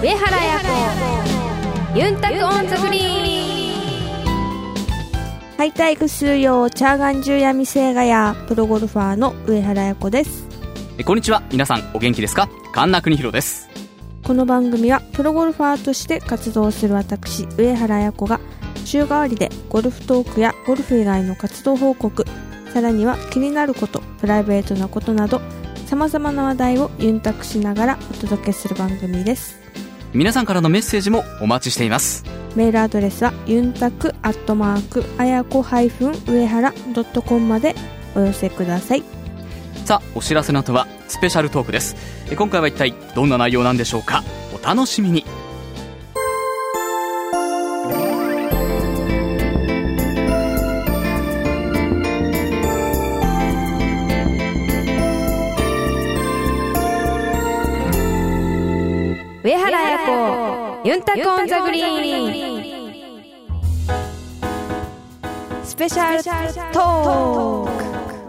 上原彩子ユンタクオンザグリーン。 はいたいくするよチャーガンジュヤミセイガヤプロゴルファーの上原彩子です。 こんにちは、皆さんお元気ですか？神田邦弘です。 この番組はプロゴルファーとして活動する私上原彩子が週替わりでゴルフトークやゴルフ以外の活動報告、さらには気になること、プライベートなことなど様々な話題をユンタクしながらお届けする番組です。 皆さんからのメッセージもお待ちしています。 メールアドレスはユンタクあやこ上原.com までお寄せください。 さあ、お知らせの後はスペシャルトークです。今回は一体どんな内容なんでしょうか？お楽しみに。 上原彩子ユンタクオンザグリーン。 スペシャルトーク。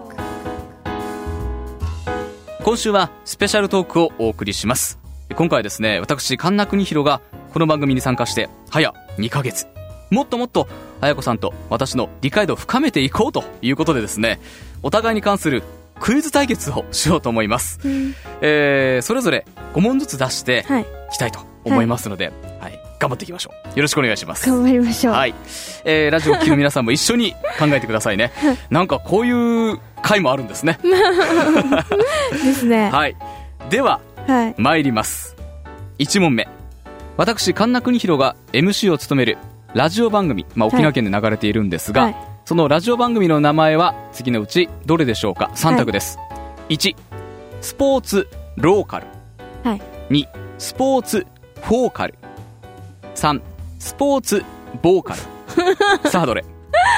今週はスペシャルトークをお送りします。今回はですね、私神田邦弘がこの番組に参加して早2ヶ月、もっともっと彩子さんと私の理解度を深めていこうということでですね、お互いに関するクイズ対決をしようと思います。それぞれ5問ずつ出していきたいと思いますので、頑張っていきましょう。よろしくお願いします。 頑張りましょう。 はい、ラジオを聴く皆さんも一緒に考えてくださいね。なんかこういう回もあるんですね。 ですね。 はい。では、参ります。1問目。私神田邦弘が MC を務めるラジオ番組、沖縄県で流れているんですが、そのラジオ番組の名前は次のうちどれでしょうか？ 3 択です。1、スポーツローカル。2、スポーツフォーカル。3、スポーツボーカル。さあどれ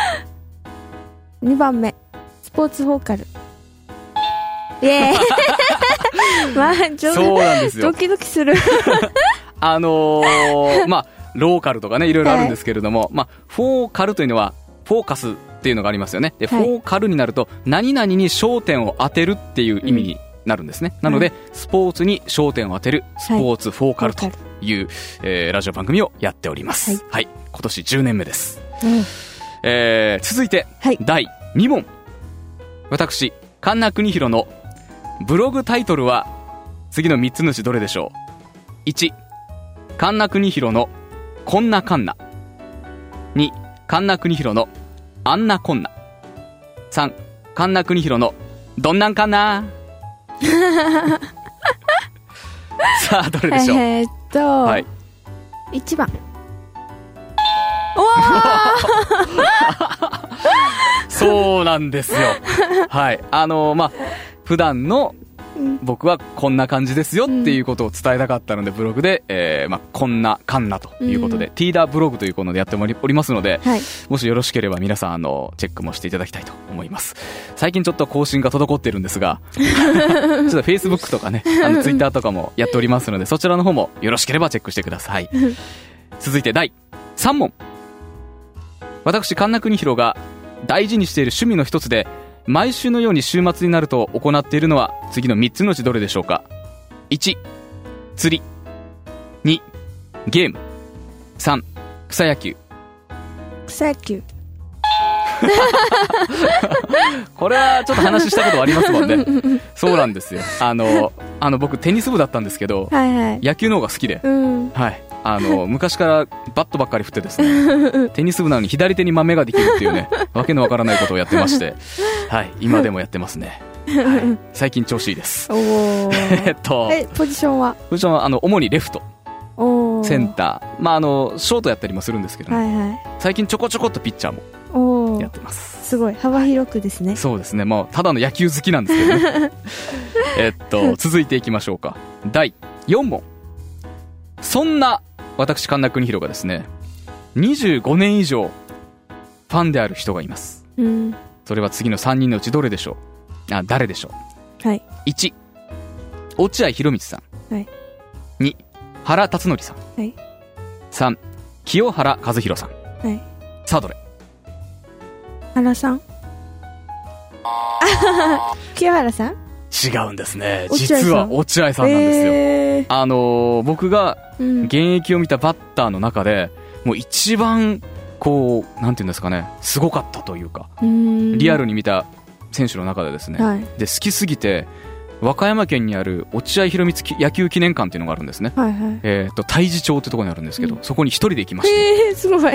？2番目、スポーツフォーカル。イエーイ。まあ、 そうなんですよ。 ドキドキする。 ローカルとかね、いろいろあるんですけれども、フォーカルというのはフォーカスっていうのがありますよね。で、フォーカルになると何々に焦点を当てるっていう意味になるんですね。なので、スポーツに焦点を当てるスポーツフォーカルという、ラジオ番組をやっております。はい、今年10年目です。続いて、第2問。私神田邦弘のブログタイトルは次の3つのうちどれでしょう？ 1、神田邦弘のこんなかんな。2、神田邦弘のあんなこんな。3、神田邦弘のどんなんかな。さあどれでしょう ？1番。 そうなんですよ。はい、普段の僕はこんな感じですよっていうことを伝えたかったので、ブログで、こんなかんなということで、ティーダーブログというこのでやっておりますので、もしよろしければ皆さんチェックもしていただきたいと思います。最近ちょっと更新が滞っているんですが、ちょっと Facebook とかね、Twitter とかもやっておりますので、そちらの方もよろしければチェックしてください。続いて第3問。私神田邦弘が大事にしている趣味の一つで、毎週のように週末になると行っているのは次の3つのうちどれでしょうか？ 1、釣り。2、ゲーム。3、草野球。 草野球。 これはちょっと話したことありますもんね。そうなんですよ。僕テニス部だったんですけど、野球の方が好きで、昔からバットばっかり振ってですね、テニス部なのに左手に豆ができるっていうね、わけのわからないことをやってまして、今でもやってますね。最近調子いいです。 ポジションは主にレフト、センター、ショートやったりもするんですけど、最近ちょこちょこっとピッチャーもやってます。 すごい幅広くですね。 そうですね、ただの野球好きなんですけどね。続いていきましょうか。第4問。そんな私神田邦弘がですね、25年以上ファンである人がいます。それは次の3人のうちどれでしょう？誰でしょう？1、落合博満さん。2、原辰徳さん。3、清原和博さん。さあどれ？ 原さん。清原さん。 違うんですね。 落合さん実は落合さんなんですよ。僕が現役を見たバッターの中で、もう一番こうなんていうんですかね、すごかったというか、リアルに見た選手の中でですね、 はい、で好きすぎて和歌山県にある落合博満野球記念館っていうのがあるんですね、 はいはい、 太地町ってところにあるんですけど、そこに一人で行きまして、 すごい、 はい、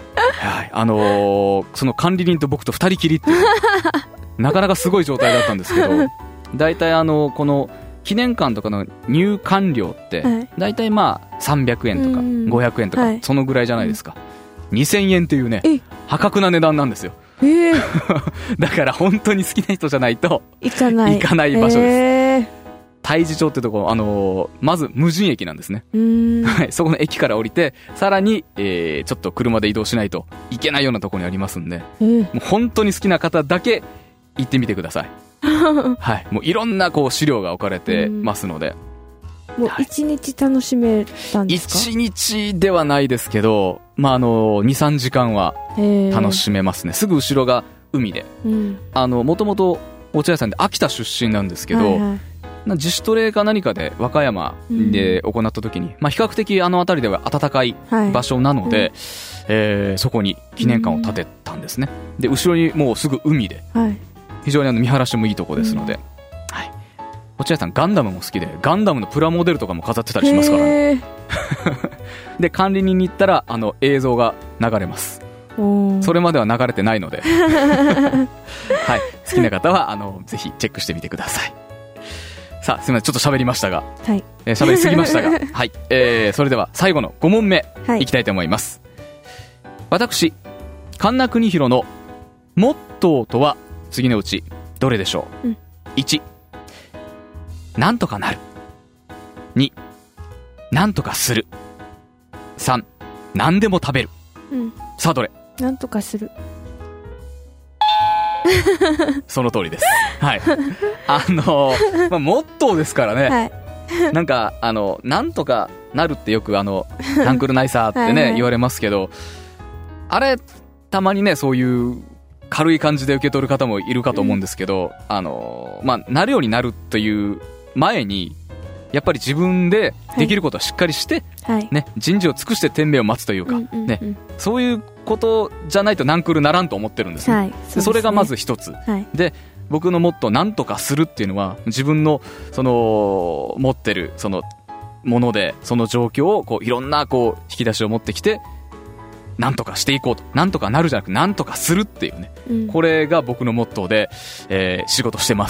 その管理人と僕と二人きりっていうなかなかすごい状態だったんですけど、大体この記念館とかの入館料って大体まあ300円とか500円とかそのぐらいじゃないですか、2000円っていうね破格な値段なんですよ。だから本当に好きな人じゃないと行かない場所です。太地町ってとこ、まず無人駅なんですね。はい、そこの駅から降りてさらに、ちょっと車で移動しないといけないようなところにありますんで、もう本当に好きな方だけ行ってみてください。はい、もういろんなこう資料が置かれてますので、 もう1日楽しめたんですか ？1日ではないですけど、2、3時間は楽しめますね。すぐ後ろが海で、もともと落合さんで秋田出身なんですけど、自主トレか何かで和歌山で行った時に、比較的辺りでは暖かい場所なので、そこに記念館を建てたんですね。で後ろにもうすぐ海で、非常に見晴らしもいいとこですので、落合さんガンダムも好きで、ガンダムのプラモデルとかも飾ってたりしますからね。で管理人に行ったら映像が流れます。それまでは流れてないので、はい、好きな方はぜひチェックしてみてください。さあすみません、ちょっと喋りましたが、喋りすぎましたが、はい、それでは最後の5問目いきたいと思います。私神名国弘のモットーとは次のうちどれでしょう？1、なんとかなる。2、なんとかする。3、何でも食べる。さあどれ？ なんとかする。 その通りです。はい。モットーですからね。なんかなんとかなるってよくなんくるないさってね言われますけど、あれたまにねそういう軽い感じで受け取る方もいるかと思うんですけど、なるようになるという前にやっぱり自分でできることはしっかりして、ね、人事を尽くして天命を待つというか、そういうことじゃないとなんくるならんと思ってるんですね。でそれがまず一つ、で僕のモットーなんとかするっていうのは、自分のその持ってるそのものでその状況をいろんな引き出しを持ってきてなんとかしていこうと、なんとかなるじゃなくなんとかするっていうね、これが僕のモットーで、仕事してます、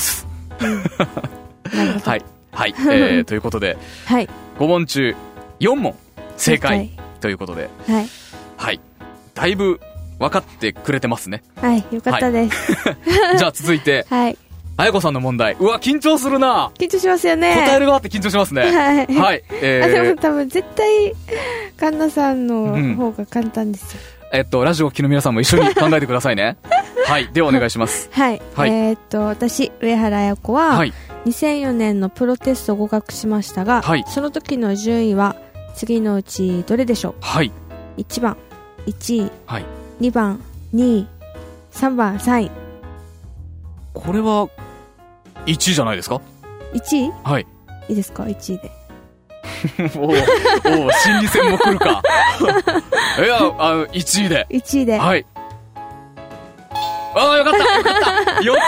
はい、ということで、5問中4問正解ということで、はい、だいぶ分かってくれてますね。 よかったです、 じゃあ続いて、あやこさんの問題。うわ緊張するな。 緊張しますよね。 答える側って緊張しますね。はい、 でも多分絶対神田さんの方が簡単ですよ。 ラジオを聴きの皆さんも一緒に考えてくださいね。はい、ではお願いします。 私上原綾子は、2004年のプロテスト合格しましたが、その時の順位は次のうちどれでしょう？1番1位、2番2位、3番3位。 これは1位じゃないですか ？1位？ はい。いいですか？1位で。 お心理戦も来るか。いや1位で。 1位で。 はい。よかったよか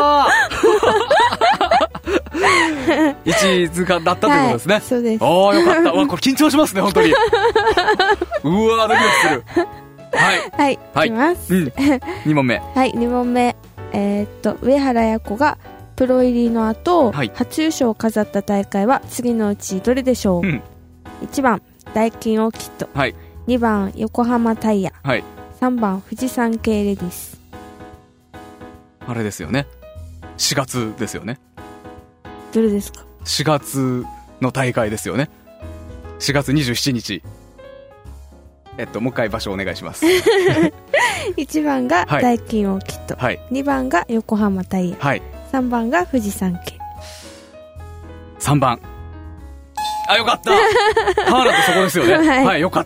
った1位通過だったということですね。 そうです。 よかった。これ緊張しますね本当に。うわドキドキする。 はい、いきます。 2問目。 2問目。上原綾子がプロ入りの後、初優勝を飾った大会は次のうちどれでしょう？1番ダイキンオーキッド、2番横浜タイヤ、3番富士山系レディス。 あれですよね、4月ですよね。 どれですか ？4月の大会ですよね。4月27日。もう一回場所お願いします。 1番がダイキンオーキッド、2番が横浜タイヤ、3番が富士山系。 3番。よかった。ハーランドそこですよね。よかった。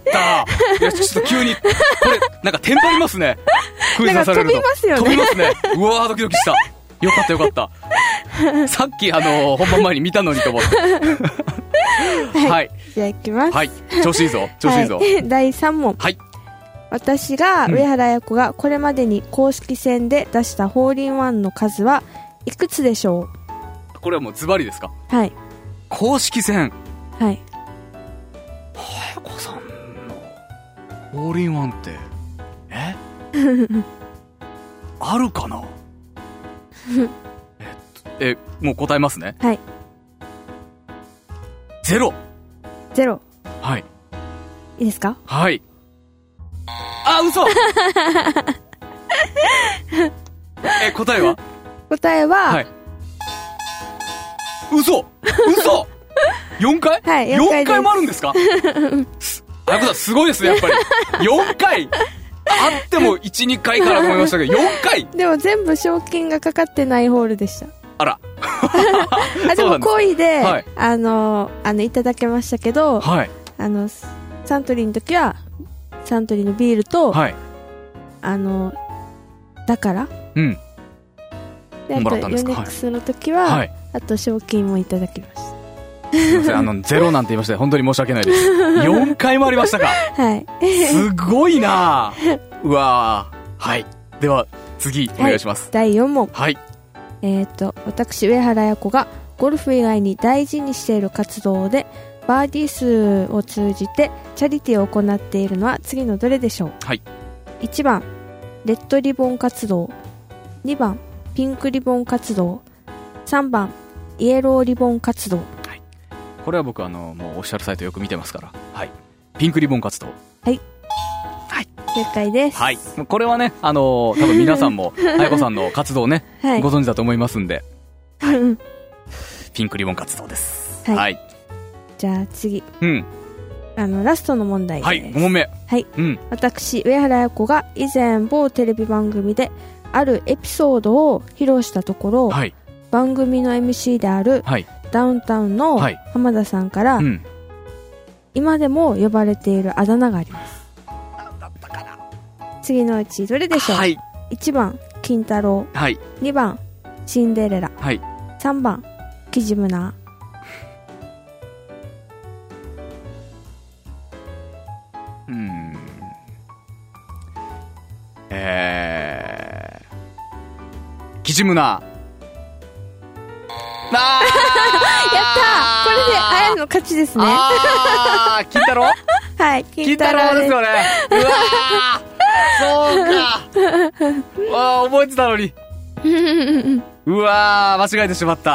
いやちょっと急にこれなんかテンパりますね。クイズ出されると飛びますよね。 飛びますね。うわードキドキした。よかったよかった。 さっき本番前に見たのにと思ってはい、 じゃあいきます。 はい、調子いいぞ調子いいぞ、 はい、第3問。 はい、 私が上原綾子がこれまでに公式戦で出したホールインワンの数はいくつでしょう？ これはもうズバリですか？ はい、 公式戦。 はい。 綾子さんのホールインワンってあるかなもう答えますね。 はい。 ゼロ。 はい。いいですか？ はい。あ、嘘答えは？ 答えは、 はい、嘘4回？ はい、4 回もあるんですか？あやこさんすごいですね、やっぱり。4回あっても 1,2 回からと思いましたけど、4回でも全部賞金がかかってないホールでした。 あらでも恋いで、 はい、 いただけましたけど、 はい、 サントリーの時はサントリーのビールと、 はい、 だからうんで、あとヨネックスの時は、はい、あと賞金もいただきました。 すいません、ゼロなんて言いました本当に申し訳ないです。4回もありましたか？ はいすごいなうわはい、では次お願いします。 はい、第4問。 はい。 私上原綾子がゴルフ以外に大事にしている活動でバーディー数を通じてチャリティーを行っているのは次のどれでしょう？ はい。 1番レッドリボン活動、2番ピンクリボン活動、3番イエローリボン活動。はい、 これは僕もうオフィシャルサイトよく見てますから、はい、ピンクリボン活動。 はい、はい、正解です。 はい、これはね多分皆さんも綾子さんの活動ね、はい、ご存知だと思いますんで、はい、ピンクリボン活動です。はい、はい、 じゃあ次、 うん、 ラストの問題です。 はい、5問目。 はい、うん、私上原綾子が以前某テレビ番組であるエピソードを披露したところ、はい、番組の MC である、はい、ダウンタウンの浜田さんから、はい、うん、今でも呼ばれているあだ名があります。何だったかな。次のうちどれでしょう？はい、1番金太郎、はい、2番シンデレラ、はい、3番キジムナー。 キジムナー。 やったー、これであやの勝ちですね。 金太郎はい金太郎ですよね。うわーそうかわー覚えてたのにうわー間違えてしまった。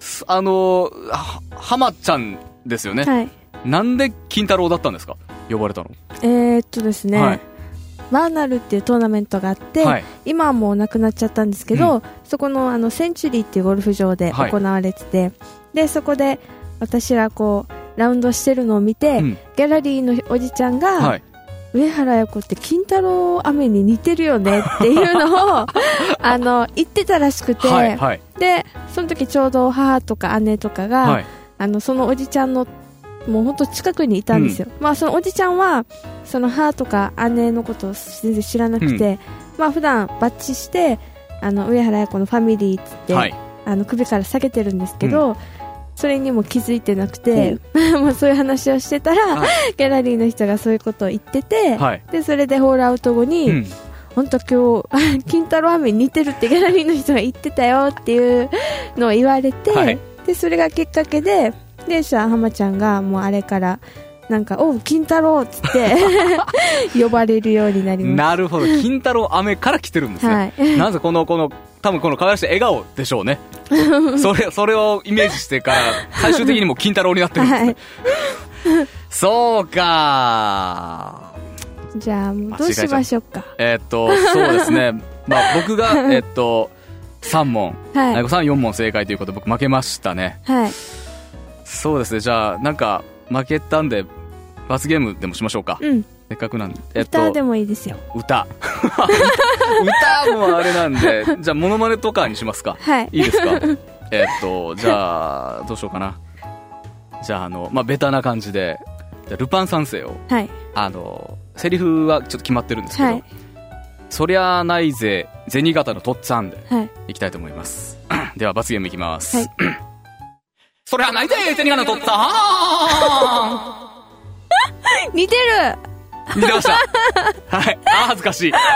浜ちゃんですよね。はい。なんで金太郎だったんですか、呼ばれたの？ ですね、はい、バーナルっていうトーナメントがあって、はい、今はもうなくなっちゃったんですけど、うん、そこのセンチュリーっていうゴルフ場で行われてて、はい、でそこで私はこうラウンドしてるのを見て、うん、ギャラリーのおじちゃんが、はい、上原綾子って金太郎飴に似てるよねっていうのを言ってたらしくて、はいはい、でその時ちょうど母とか姉とかが、はい、そのおじちゃんのもう本当近くにいたんですよ、うん、まあそのおじちゃんはその母とか姉のことを全然知らなくて、うん、まあ普段バッチして上原綾子のファミリーっつって、はい、首から下げてるんですけど、うん、それにも気づいてなくて、もうそういう話をしてたら、はい、ギャラリーの人がそういうことを言ってて、はい、でそれでホールアウト後に、うん、本当今日金太郎飴に似てるってギャラリーの人が言ってたよっていうのを言われて、はい、でそれがきっかけで浜ちゃんがもうあれからなんかおう金太郎っつって呼ばれるようになりました。 なるほど、金太郎飴から来てるんですね、はい、なぜこの多分この可愛らしい笑顔でしょうねそれをイメージしてから最終的にも金太郎になってるんですね、はい、そうか。 じゃあもうどうしましょうか。 そうですね、まあ、僕が3問、はい、綾子さん4問正解ということで僕負けましたね。はい、そうですね、じゃあなんか負けたんで罰ゲームでもしましょうか、うん、せっかくなんで、 歌でもいいですよ。 歌もあれなんでじゃあモノマネとかにしますか。はい、いいですかじゃあどうしようかな。じゃあまあ、ベタな感じでじゃあルパン三世を、はい、セリフはちょっと決まってるんですけど、はい、 そりゃないぜ銭形のとっつぁんではい。 いきたいと思います。では罰ゲームいきます。 はいそりゃないぜ銭形のとっつぁん。 似てる。 似てました。はい。恥ずかしい。はい。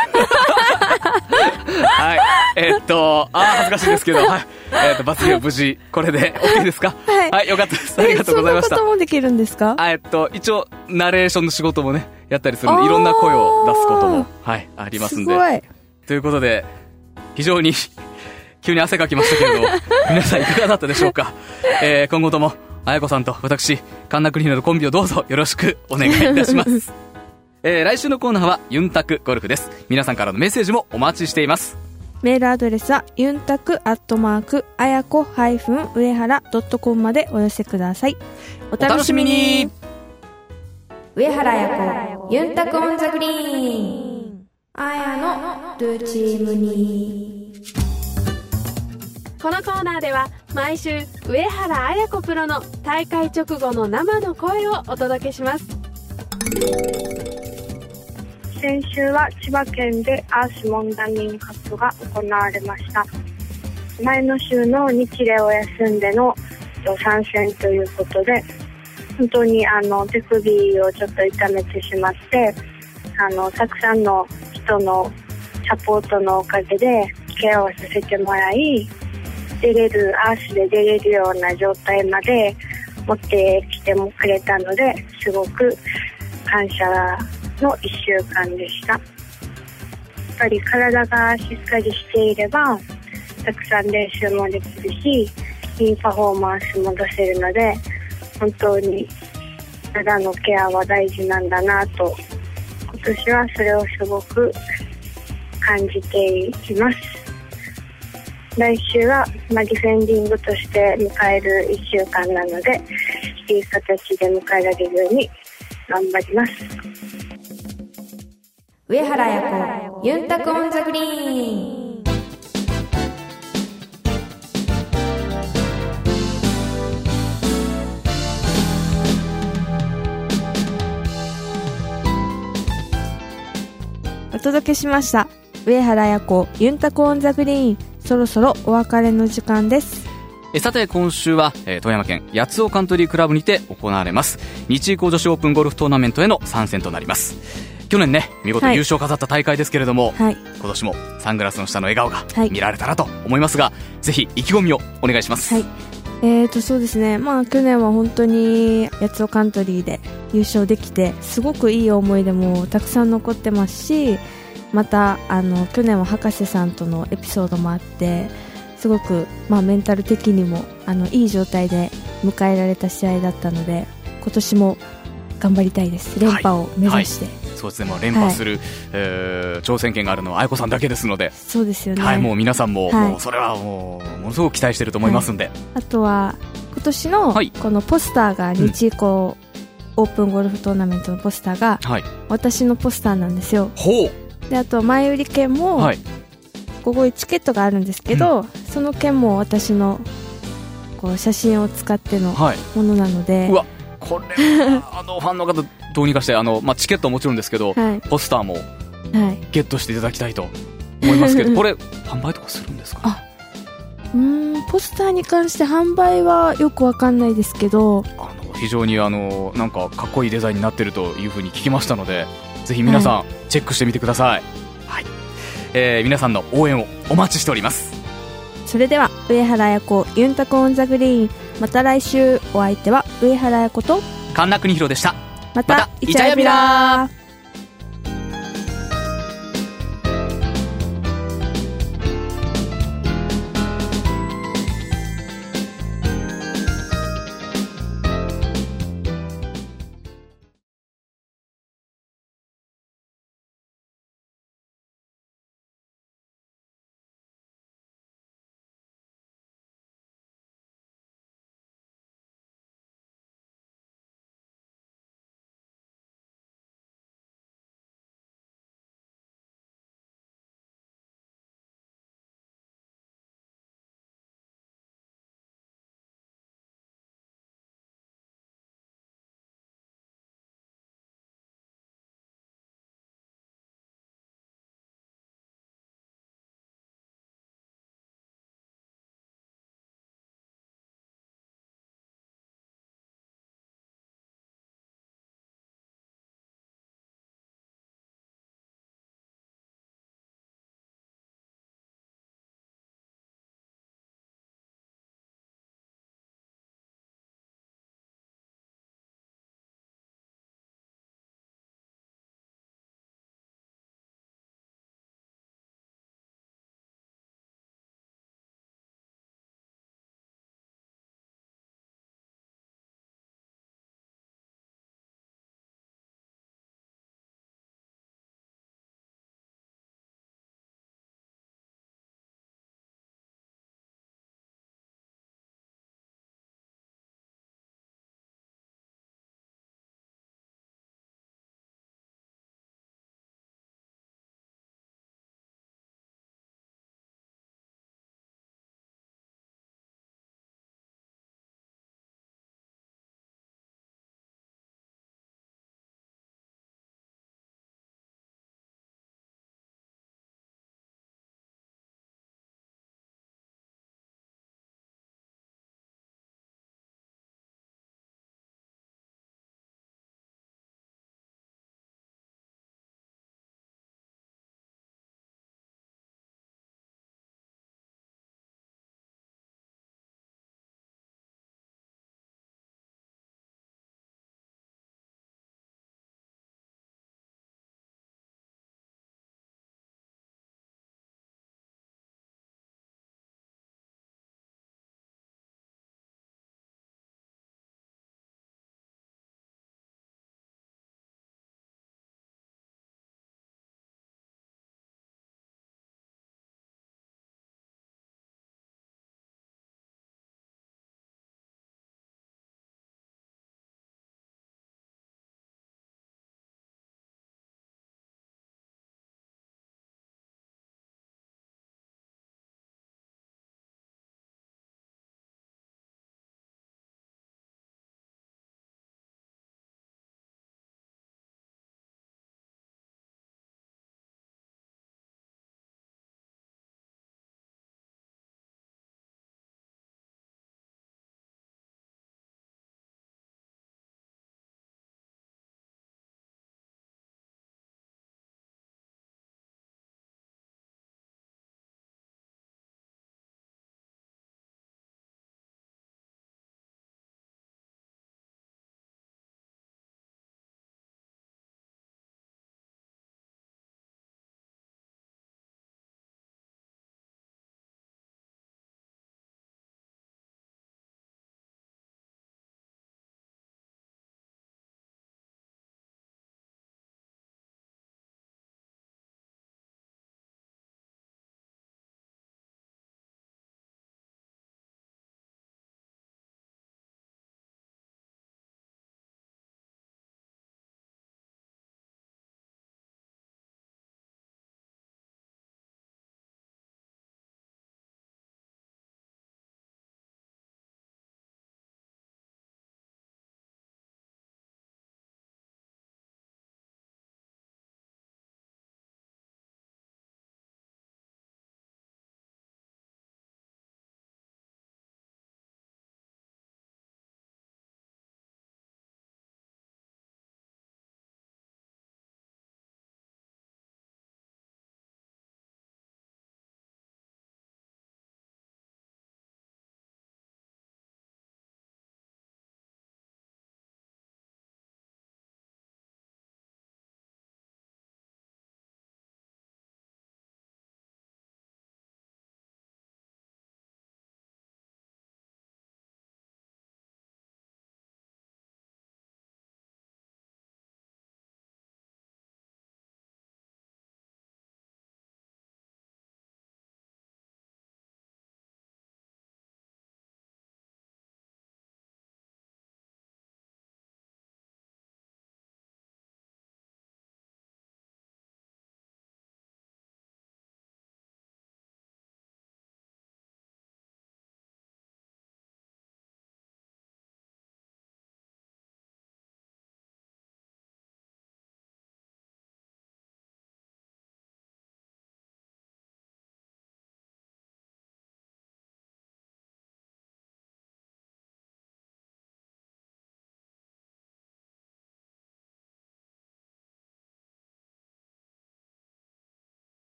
恥ずかしいですけど、はい。罰ゲーム無事、これで OK ですか？ はい。 はい、よかったです。ありがとうございました。 そんなこともできるんですか？ 一応、ナレーションの仕事もね、やったりするんで、いろんな声を出すことも、はい、ありますんで。 すごい。 ということで、非常に、急に汗かきましたけれども、皆さんいかがだったでしょうか？今後とも、あやこさんと私、カンナクリーナのコンビをどうぞよろしくお願いいたします。来週のコーナーはユンタクゴルフです。皆さんからのメッセージもお待ちしています。 メールアドレスはユンタクあやこ上原.com までお寄せください。お楽しみに。 上原彩子ユンタクオンザグリーン、あやのルーチームに。 このコーナーでは毎週上原彩子プロの大会直後の生の声をお届けします。 先週は千葉県でアースモンダミンカップが行われました。前の週の日例を休んでの参戦ということで、本当に手首をちょっと痛めてしまって、たくさんの人のサポートのおかげでケアをさせてもらい、アースで出れるような状態まで持ってきてもくれたので、すごく感謝の1週間でした。やっぱり体がしっかりしていればたくさん練習もできるし、いいパフォーマンスも出せるので、本当に体のケアは大事なんだなと、今年はそれをすごく感じています。来週はディフェンディングとして迎える1週間なので、いい形で迎えられるように頑張ります。 上原彩子ユンタクオンザグリーン。 お届けしました上原彩子ユンタクオンザグリーン。そろそろお別れの時間です。 さて今週は、富山県八尾カントリークラブにて行われます日医工女子オープンゴルフトーナメントへの参戦となります。去年ね見事優勝を飾った大会ですけれども、 はい、 今年もサングラスの下の笑顔がはい見られたらと思いますが、ぜひ意気込みをお願いします。 はい、そうですね、去年は本当に八尾カントリーで優勝できて、すごくいい思い出もたくさん残ってますし、また去年は博士さんとのエピソードもあって、すごく、メンタル的にもいい状態で迎えられた試合だったので、今年も頑張りたいです。連覇を目指して、 そうですね、もう連覇する、挑戦権があるのは愛子さんだけですので、 そうですよね、 はい、もう皆さんも、 はい、 もうそれはものすごく期待していると思いますんで、 あとは今年のこのポスターが日医工オープンゴルフトーナメントのポスターが、私のポスターなんですよ。 ほうで、あと前売り券も、ここにチケットがあるんですけど、その券も私の写真を使ってのものなので、 うわ、これファンの方どうにかしてチケットはもちろんですけど、ポスターもゲットしていただきたいと思いますけど、これ販売とかするんですかね？ ポスターに関して販売はよくわかんないですけど、 非常になんかかっこいいデザインになっているというふうに聞きましたので、ぜひ皆さんチェックしてみてください。はい、皆さんの応援をお待ちしております。 それでは上原彩子ユンタクオンザグリーン、また来週。お相手は上原彩子と神田邦弘でした。 またイチャヤビラー。